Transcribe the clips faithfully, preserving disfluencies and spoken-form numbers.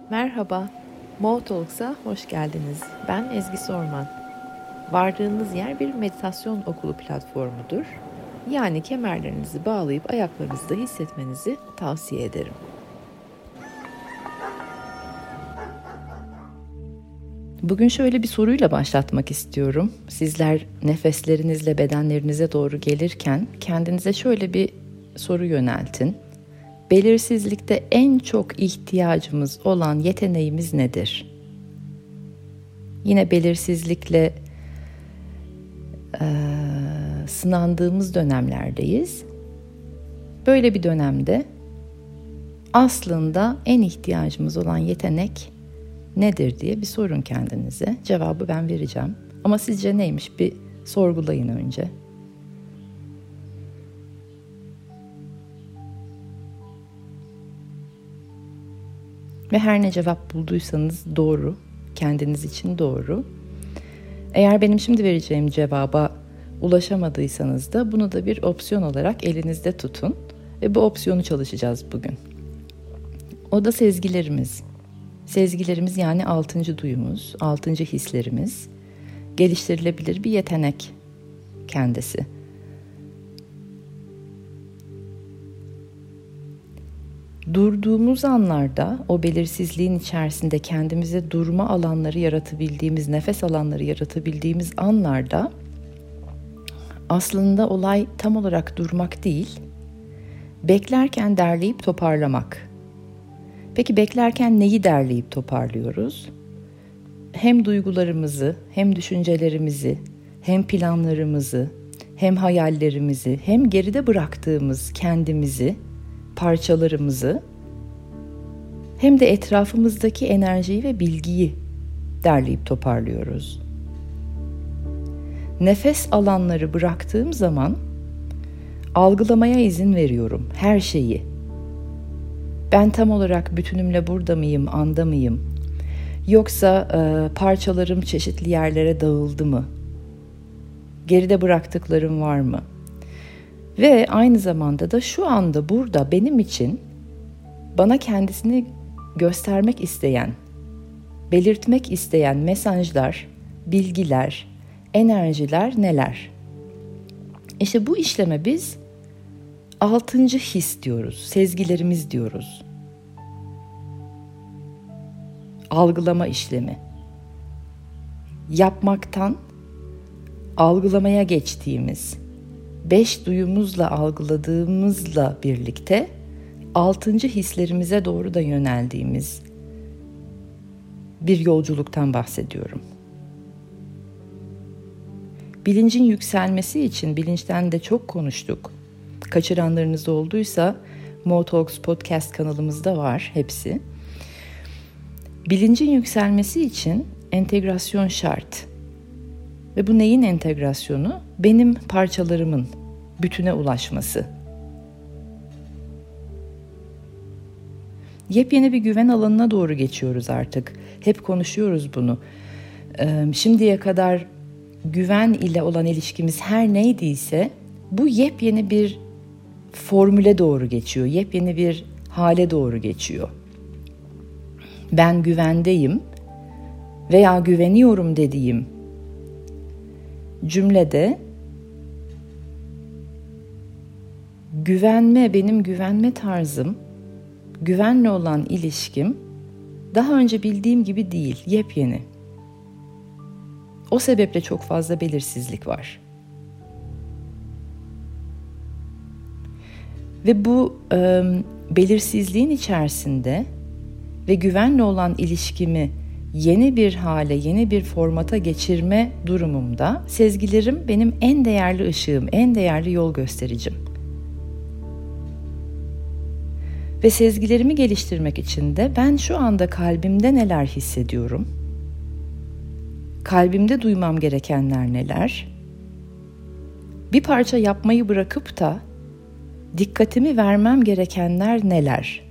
Merhaba, Mo Talks'a hoş geldiniz. Ben Ezgi Sorman. Vardığınız yer bir meditasyon okulu platformudur. Yani kemerlerinizi bağlayıp ayaklarınızda hissetmenizi tavsiye ederim. Bugün şöyle bir soruyla başlatmak istiyorum. Sizler nefeslerinizle bedenlerinize doğru gelirken kendinize şöyle bir soru yöneltin. Belirsizlikte en çok ihtiyacımız olan yeteneğimiz nedir? Yine belirsizlikle e, sınandığımız dönemlerdeyiz. Böyle bir dönemde aslında en ihtiyacımız olan yetenek nedir diye bir sorun kendinize. Cevabı ben vereceğim. Ama sizce neymiş bir sorgulayın önce. Ve her ne cevap bulduysanız doğru, kendiniz için doğru. Eğer benim şimdi vereceğim cevaba ulaşamadıysanız da bunu da bir opsiyon olarak elinizde tutun ve bu opsiyonu çalışacağız bugün. O da sezgilerimiz. Sezgilerimiz yani altıncı duyumuz, altıncı hislerimiz geliştirilebilir bir yetenek kendisi. Durduğumuz anlarda o belirsizliğin içerisinde kendimize durma alanları yaratabildiğimiz, nefes alanları yaratabildiğimiz anlarda aslında olay tam olarak durmak değil, beklerken derleyip toparlamak. Peki beklerken neyi derleyip toparlıyoruz? Hem duygularımızı, hem düşüncelerimizi, hem planlarımızı, hem hayallerimizi, hem geride bıraktığımız kendimizi, parçalarımızı, hem de etrafımızdaki enerjiyi ve bilgiyi derleyip toparlıyoruz. Nefes alanları bıraktığım zaman algılamaya izin veriyorum her şeyi. Ben tam olarak bütünümle burada mıyım, anda mıyım? Yoksa e, parçalarım çeşitli yerlere dağıldı mı? Geride bıraktıklarım var mı? Ve aynı zamanda da şu anda burada benim için bana kendisini göstermek isteyen, belirtmek isteyen mesajlar, bilgiler, enerjiler neler? İşte bu işleme biz altıncı his diyoruz, sezgilerimiz diyoruz. Algılama işlemi. Yapmaktan algılamaya geçtiğimiz, beş duyumuzla algıladığımızla birlikte altıncı hislerimize doğru da yöneldiğimiz bir yolculuktan bahsediyorum. Bilincin yükselmesi için bilinçten de çok konuştuk. Kaçıranlarınız olduysa Mo Talks podcast kanalımızda var hepsi. Bilincin yükselmesi için entegrasyon şart. Ve bu neyin entegrasyonu? Benim parçalarımın bütüne ulaşması. Yepyeni bir güven alanına doğru geçiyoruz artık. Hep konuşuyoruz bunu. Ee, şimdiye kadar güven ile olan ilişkimiz her neydiyse bu yepyeni bir formüle doğru geçiyor. Yepyeni bir hale doğru geçiyor. Ben güvendeyim veya güveniyorum dediğim cümlede güvenme, benim güvenme tarzım, güvenle olan ilişkim daha önce bildiğim gibi değil, yepyeni. O sebeple çok fazla belirsizlik var. Ve bu e, belirsizliğin içerisinde ve güvenle olan ilişkimi yeni bir hale, yeni bir formata geçirme durumumda sezgilerim benim en değerli ışığım, en değerli yol göstericim. Ve sezgilerimi geliştirmek için de ben şu anda kalbimde neler hissediyorum? Kalbimde duymam gerekenler neler? Bir parça yapmayı bırakıp da dikkatimi vermem gerekenler neler?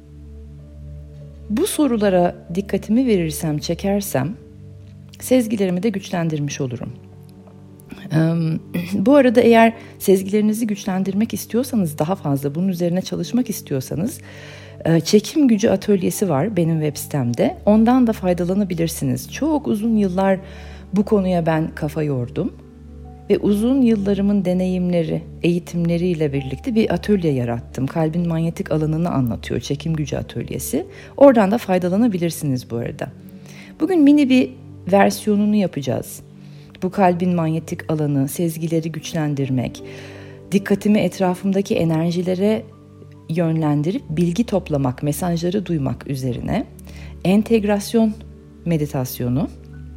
Bu sorulara dikkatimi verirsem, çekersem sezgilerimi de güçlendirmiş olurum. Bu arada eğer sezgilerinizi güçlendirmek istiyorsanız, daha fazla bunun üzerine çalışmak istiyorsanız, çekim gücü atölyesi var benim web sitemde. Ondan da faydalanabilirsiniz. Çok uzun yıllar bu konuya ben kafa yordum. Ve uzun yıllarımın deneyimleri, eğitimleriyle birlikte bir atölye yarattım. Kalbin manyetik alanını anlatıyor çekim gücü atölyesi. Oradan da faydalanabilirsiniz bu arada. Bugün mini bir versiyonunu yapacağız. Bu kalbin manyetik alanı, sezgileri güçlendirmek, dikkatimi etrafımdaki enerjilere yönlendirip bilgi toplamak, mesajları duymak üzerine. Entegrasyon meditasyonu.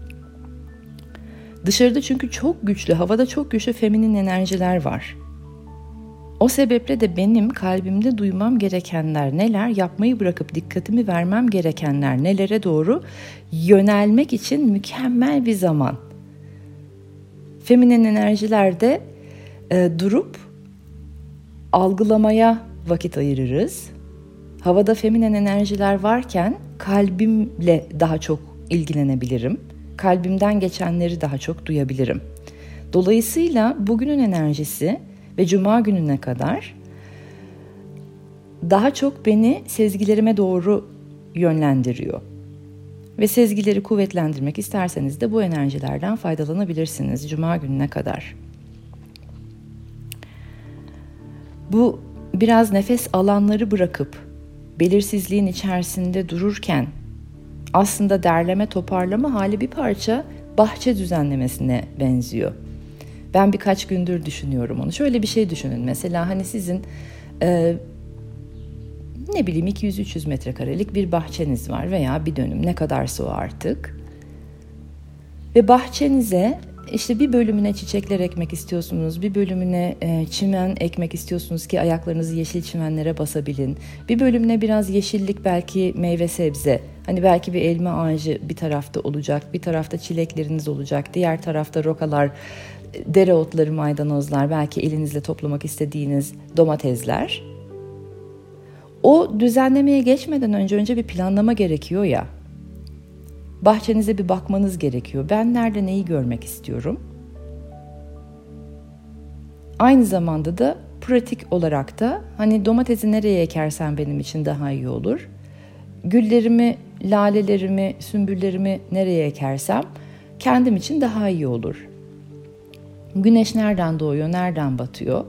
Dışarıda çünkü çok güçlü, havada çok güçlü feminin enerjiler var. O sebeple de benim kalbimde duymam gerekenler neler, yapmayı bırakıp dikkatimi vermem gerekenler nelere doğru yönelmek için mükemmel bir zaman. Feminin enerjilerde e, durup algılamaya vakit ayırırız. Havada feminen enerjiler varken kalbimle daha çok ilgilenebilirim. Kalbimden geçenleri daha çok duyabilirim. Dolayısıyla bugünün enerjisi ve cuma gününe kadar daha çok beni sezgilerime doğru yönlendiriyor. Ve sezgileri kuvvetlendirmek isterseniz de bu enerjilerden faydalanabilirsiniz cuma gününe kadar. Bu biraz nefes alanları bırakıp belirsizliğin içerisinde dururken aslında derleme toparlama hali bir parça bahçe düzenlemesine benziyor. Ben birkaç gündür düşünüyorum onu. Şöyle bir şey düşünün. Mesela hani sizin e, ne bileyim iki yüz üç yüz metrekarelik bir bahçeniz var veya bir dönüm, ne kadarsa o artık. Ve bahçenize işte bir bölümüne çiçekler ekmek istiyorsunuz, bir bölümüne e, çimen ekmek istiyorsunuz ki ayaklarınızı yeşil çimenlere basabilin. Bir bölümüne biraz yeşillik, belki meyve sebze. Hani belki bir elma ağacı bir tarafta olacak, bir tarafta çilekleriniz olacak, diğer tarafta rokalar, dereotları, maydanozlar, belki elinizle toplamak istediğiniz domatesler. O düzenlemeye geçmeden önce önce bir planlama gerekiyor ya. Bahçenize bir bakmanız gerekiyor. Ben nerede neyi görmek istiyorum? Aynı zamanda da pratik olarak da hani domatesi nereye ekersen benim için daha iyi olur. Güllerimi, lalelerimi, sümbüllerimi nereye ekersem kendim için daha iyi olur. Güneş nereden doğuyor, nereden batıyor?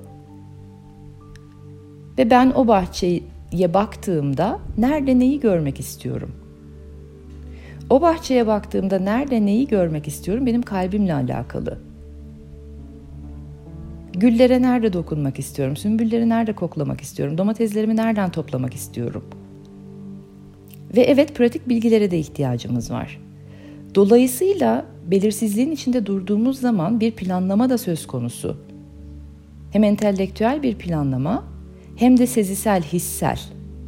Ve ben o bahçeye baktığımda nerede neyi görmek istiyorum? O bahçeye baktığımda nerede neyi görmek istiyorum benim kalbimle alakalı. Güllere nerede dokunmak istiyorum, sümbülleri nerede koklamak istiyorum, domateslerimi nereden toplamak istiyorum. Ve evet, pratik bilgilere de ihtiyacımız var. Dolayısıyla belirsizliğin içinde durduğumuz zaman bir planlama da söz konusu. Hem entelektüel bir planlama hem de sezisel, hissel.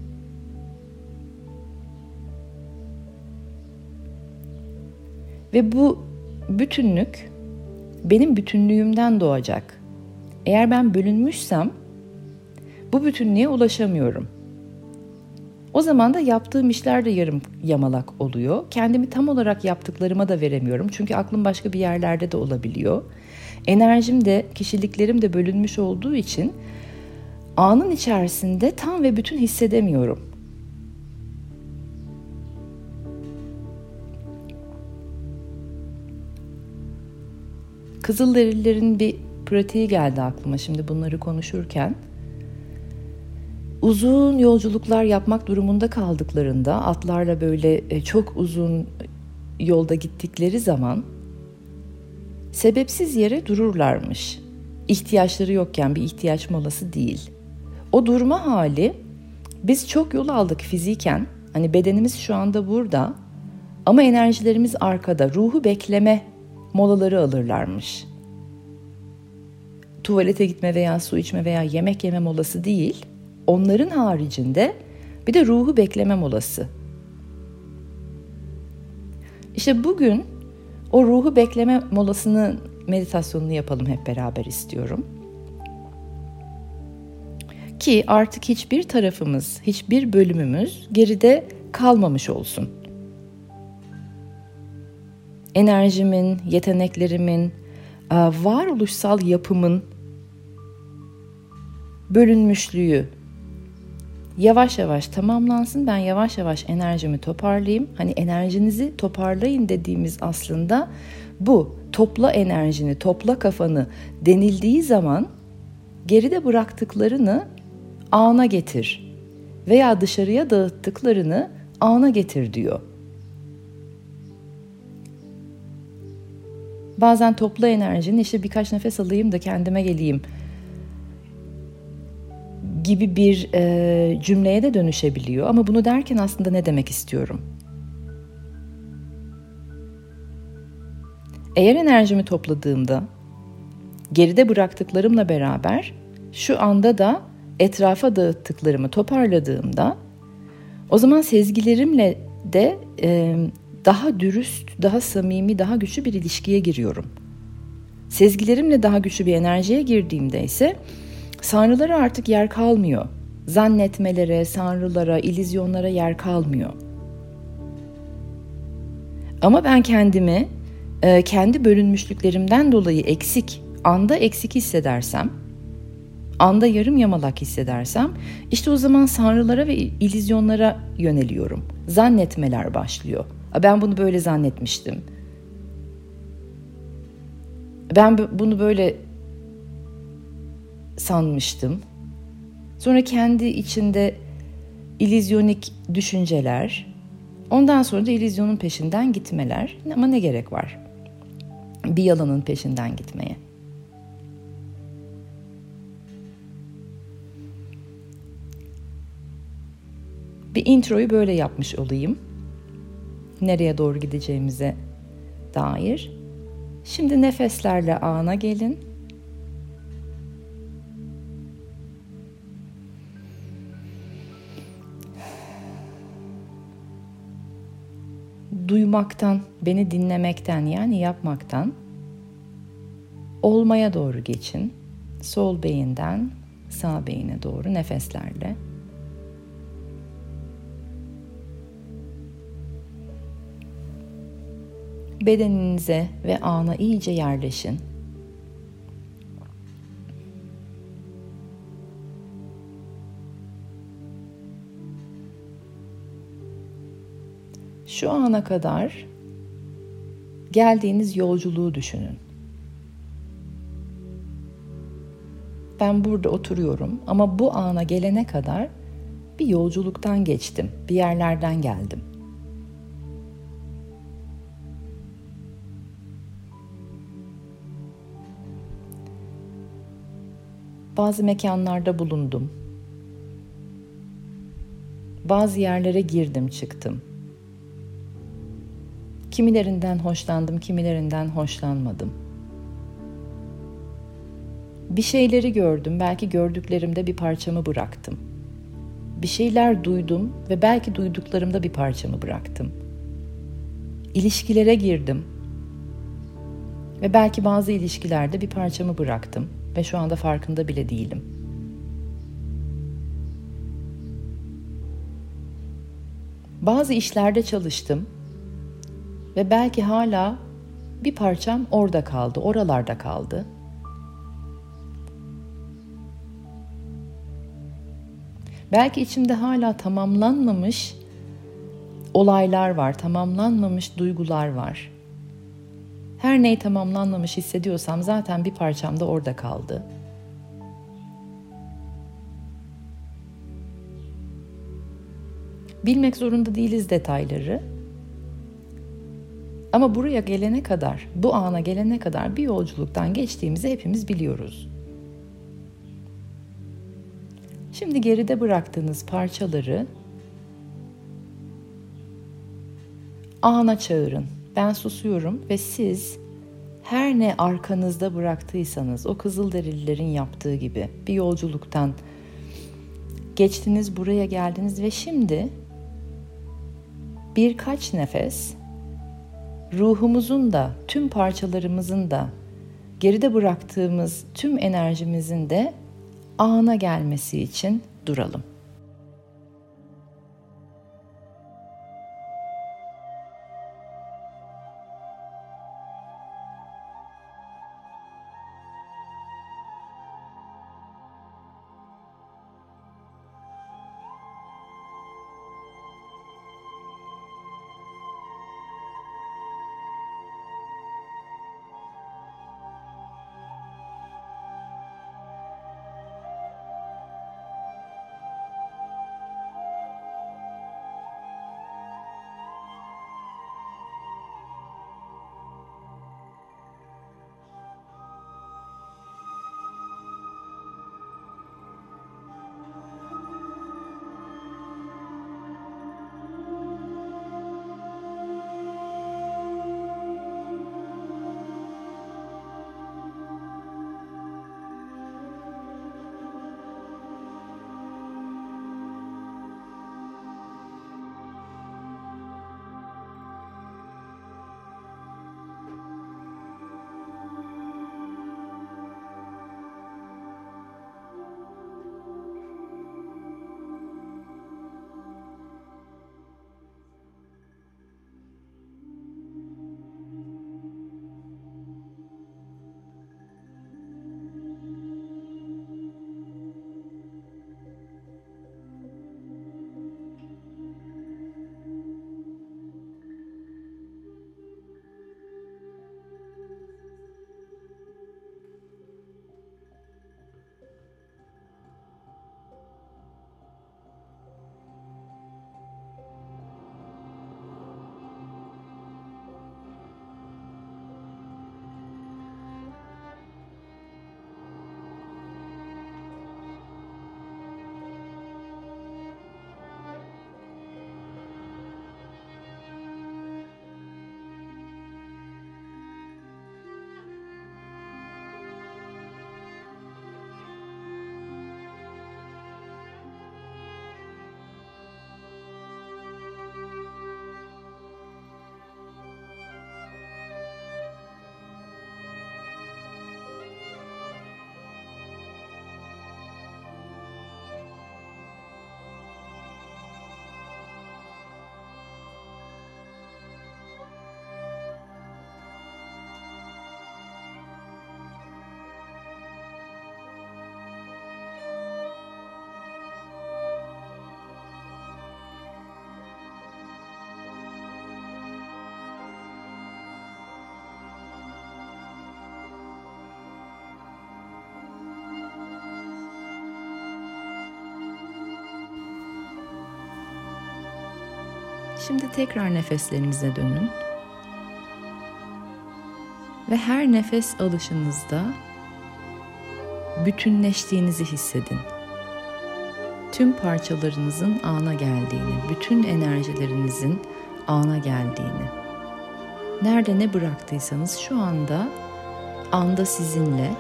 Ve bu bütünlük benim bütünlüğümden doğacak. Eğer ben bölünmüşsem bu bütünlüğe ulaşamıyorum. O zaman da yaptığım işler de yarım yamalak oluyor. Kendimi tam olarak yaptıklarıma da veremiyorum. Çünkü aklım başka bir yerlerde de olabiliyor. Enerjim de, kişiliklerim de bölünmüş olduğu için anın içerisinde tam ve bütün hissedemiyorum. Kızılderililerin bir pratiği geldi aklıma şimdi bunları konuşurken. Uzun yolculuklar yapmak durumunda kaldıklarında, atlarla böyle çok uzun yolda gittikleri zaman sebepsiz yere dururlarmış. İhtiyaçları yokken, bir ihtiyaç molası değil. O durma hali, biz çok yol aldık fiziken, hani bedenimiz şu anda burada ama enerjilerimiz arkada, ruhu bekleme molaları alırlarmış. Tuvalete gitme veya su içme veya yemek yeme molası değil, onların haricinde bir de ruhu bekleme molası. İşte bugün o ruhu bekleme molasının meditasyonunu yapalım hep beraber istiyorum. Ki artık hiçbir tarafımız, hiçbir bölümümüz geride kalmamış olsun. Enerjimin, yeteneklerimin, varoluşsal yapımın bölünmüşlüğü yavaş yavaş tamamlansın. Ben yavaş yavaş enerjimi toparlayayım. Hani enerjinizi toparlayın dediğimiz aslında bu. Topla enerjini, topla kafanı denildiği zaman geride bıraktıklarını ana getir veya dışarıya dağıttıklarını ana getir diyor. Bazen topla enerjini işte birkaç nefes alayım da kendime geleyim gibi bir e, cümleye de dönüşebiliyor. Ama bunu derken aslında ne demek istiyorum? Eğer enerjimi topladığımda, geride bıraktıklarımla beraber şu anda da etrafa dağıttıklarımı toparladığımda, o zaman sezgilerimle de e, daha dürüst, daha samimi, daha güçlü bir ilişkiye giriyorum. Sezgilerimle daha güçlü bir enerjiye girdiğimde ise sanrılara artık yer kalmıyor. Zannetmelere, sanrılara, illüzyonlara yer kalmıyor. Ama ben kendimi kendi bölünmüşlüklerimden dolayı eksik, anda eksik hissedersem, anda yarım yamalak hissedersem, işte o zaman sanrılara ve illüzyonlara yöneliyorum. Zannetmeler başlıyor. Ben bunu böyle zannetmiştim. Ben bunu böyle sanmıştım. Sonra kendi içinde illüzyonik düşünceler, ondan sonra da illüzyonun peşinden gitmeler. Ama ne gerek var bir yalanın peşinden gitmeye? Bir introyu böyle yapmış olayım. Nereye doğru gideceğimize dair. Şimdi nefeslerle ana gelin. Duymaktan, beni dinlemekten yani yapmaktan olmaya doğru geçin. Sol beyinden sağ beyine doğru nefeslerle. Bedeninize ve ana iyice yerleşin. Şu ana kadar geldiğiniz yolculuğu düşünün. Ben burada oturuyorum ama bu ana gelene kadar bir yolculuktan geçtim, bir yerlerden geldim. Bazı mekanlarda bulundum. Bazı yerlere girdim, çıktım. Kimilerinden hoşlandım, kimilerinden hoşlanmadım. Bir şeyleri gördüm, belki gördüklerimde bir parçamı bıraktım. Bir şeyler duydum ve belki duyduklarımda bir parçamı bıraktım. İlişkilere girdim ve belki bazı ilişkilerde bir parçamı bıraktım ve şu anda farkında bile değilim. Bazı işlerde çalıştım ve belki hala bir parçam orada kaldı, oralarda kaldı. Belki içimde hala tamamlanmamış olaylar var, tamamlanmamış duygular var. Her neyi tamamlanmamış hissediyorsam zaten bir parçam da orada kaldı. Bilmek zorunda değiliz detayları. Ama buraya gelene kadar, bu ana gelene kadar bir yolculuktan geçtiğimizi hepimiz biliyoruz. Şimdi geride bıraktığınız parçaları ana çağırın. Ben susuyorum ve siz her ne arkanızda bıraktıysanız o Kızılderililerin yaptığı gibi bir yolculuktan geçtiniz, buraya geldiniz ve şimdi birkaç nefes ruhumuzun da tüm parçalarımızın da geride bıraktığımız tüm enerjimizin de ana gelmesi için duralım. Şimdi tekrar nefeslerinize dönün. Ve her nefes alışınızda bütünleştiğinizi hissedin. Tüm parçalarınızın ana geldiğini, bütün enerjilerinizin ana geldiğini. Nerede ne bıraktıysanız şu anda, anda sizinle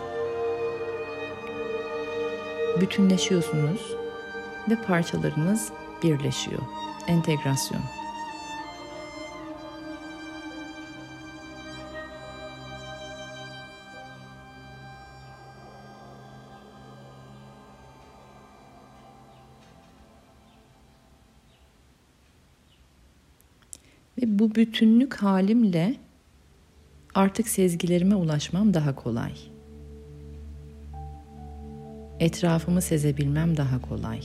bütünleşiyorsunuz ve parçalarınız birleşiyor. Entegrasyon. Ve bu bütünlük halimle artık sezgilerime ulaşmam daha kolay. Etrafımı sezebilmem daha kolay.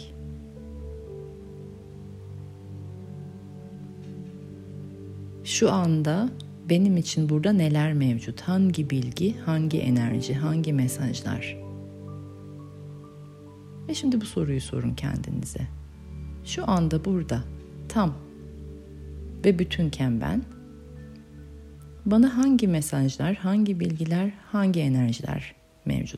Şu anda benim için burada neler mevcut? Hangi bilgi, hangi enerji, hangi mesajlar? Ve şimdi bu soruyu sorun kendinize. Şu anda burada, tam ve bütünken ben, bana hangi mesajlar, hangi bilgiler, hangi enerjiler mevcut?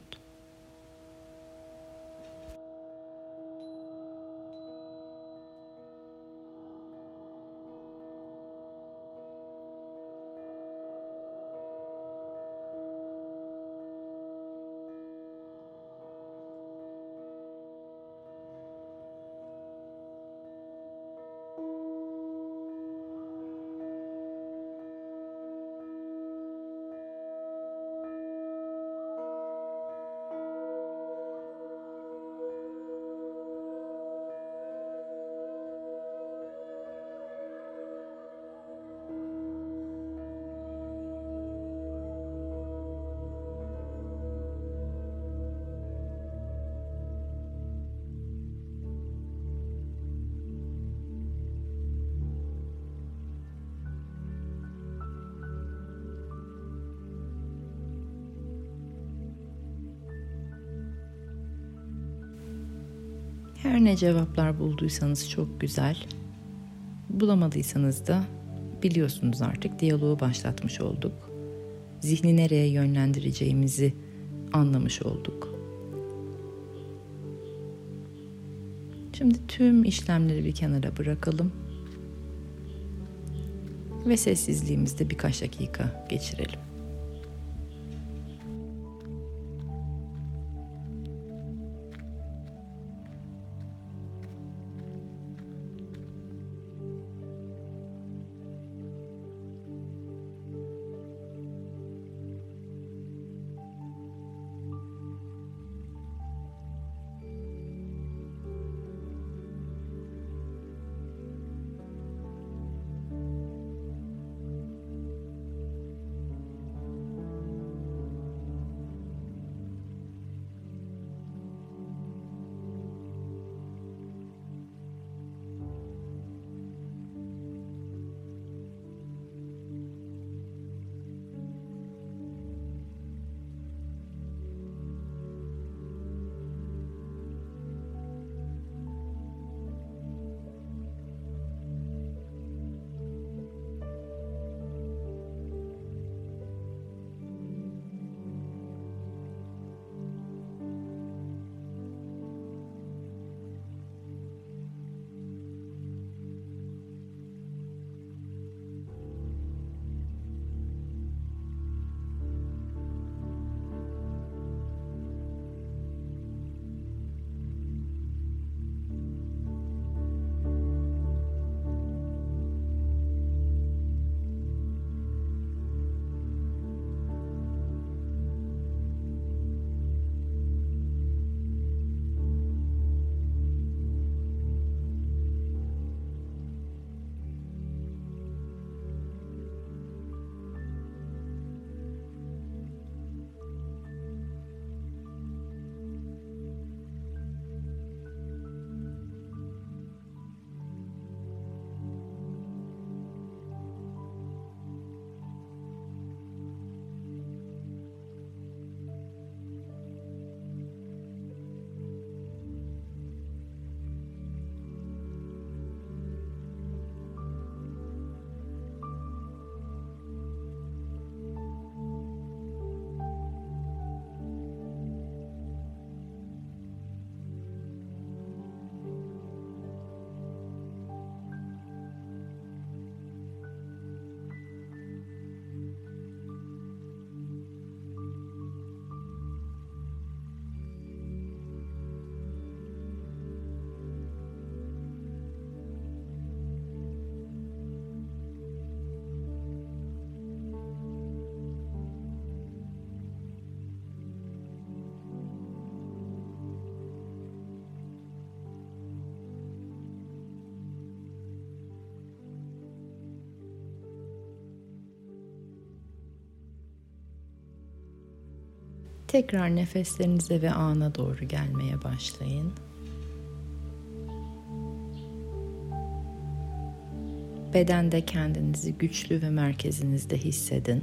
Her ne cevaplar bulduysanız çok güzel. Bulamadıysanız da biliyorsunuz artık diyaloğu başlatmış olduk. Zihni nereye yönlendireceğimizi anlamış olduk. Şimdi tüm işlemleri bir kenara bırakalım ve sessizliğimizde birkaç dakika geçirelim. Tekrar nefeslerinize ve ana doğru gelmeye başlayın. Bedende kendinizi güçlü ve merkezinizde hissedin.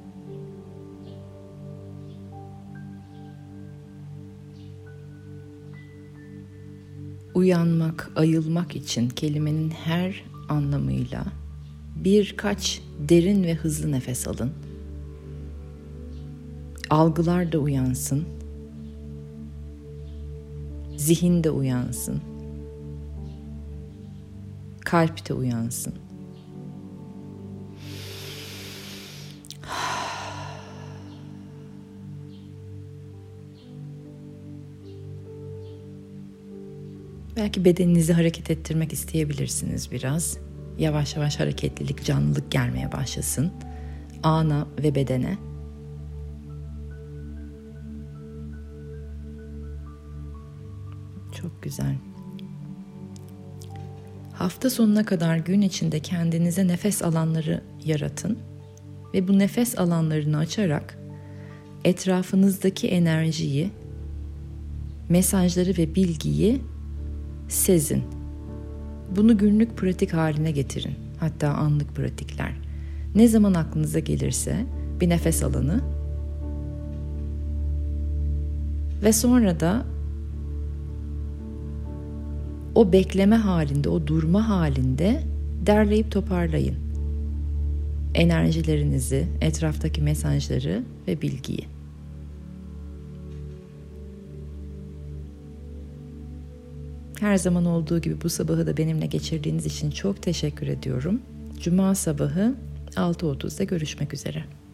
Uyanmak, ayılmak için kelimenin her anlamıyla birkaç derin ve hızlı nefes alın. Algılar da uyansın. Zihin de uyansın. Kalp de uyansın. Belki bedeninizi hareket ettirmek isteyebilirsiniz biraz. Yavaş yavaş hareketlilik, canlılık gelmeye başlasın. Ana ve bedene. Çok güzel. Hafta sonuna kadar gün içinde kendinize nefes alanları yaratın ve bu nefes alanlarını açarak etrafınızdaki enerjiyi, mesajları ve bilgiyi sezin. Bunu günlük pratik haline getirin. Hatta anlık pratikler. Ne zaman aklınıza gelirse bir nefes alanı ve sonra da o bekleme halinde, o durma halinde derleyip toparlayın. Enerjilerinizi, etraftaki mesajları ve bilgiyi. Her zaman olduğu gibi bu sabahı da benimle geçirdiğiniz için çok teşekkür ediyorum. Cuma sabahı altı otuzda görüşmek üzere.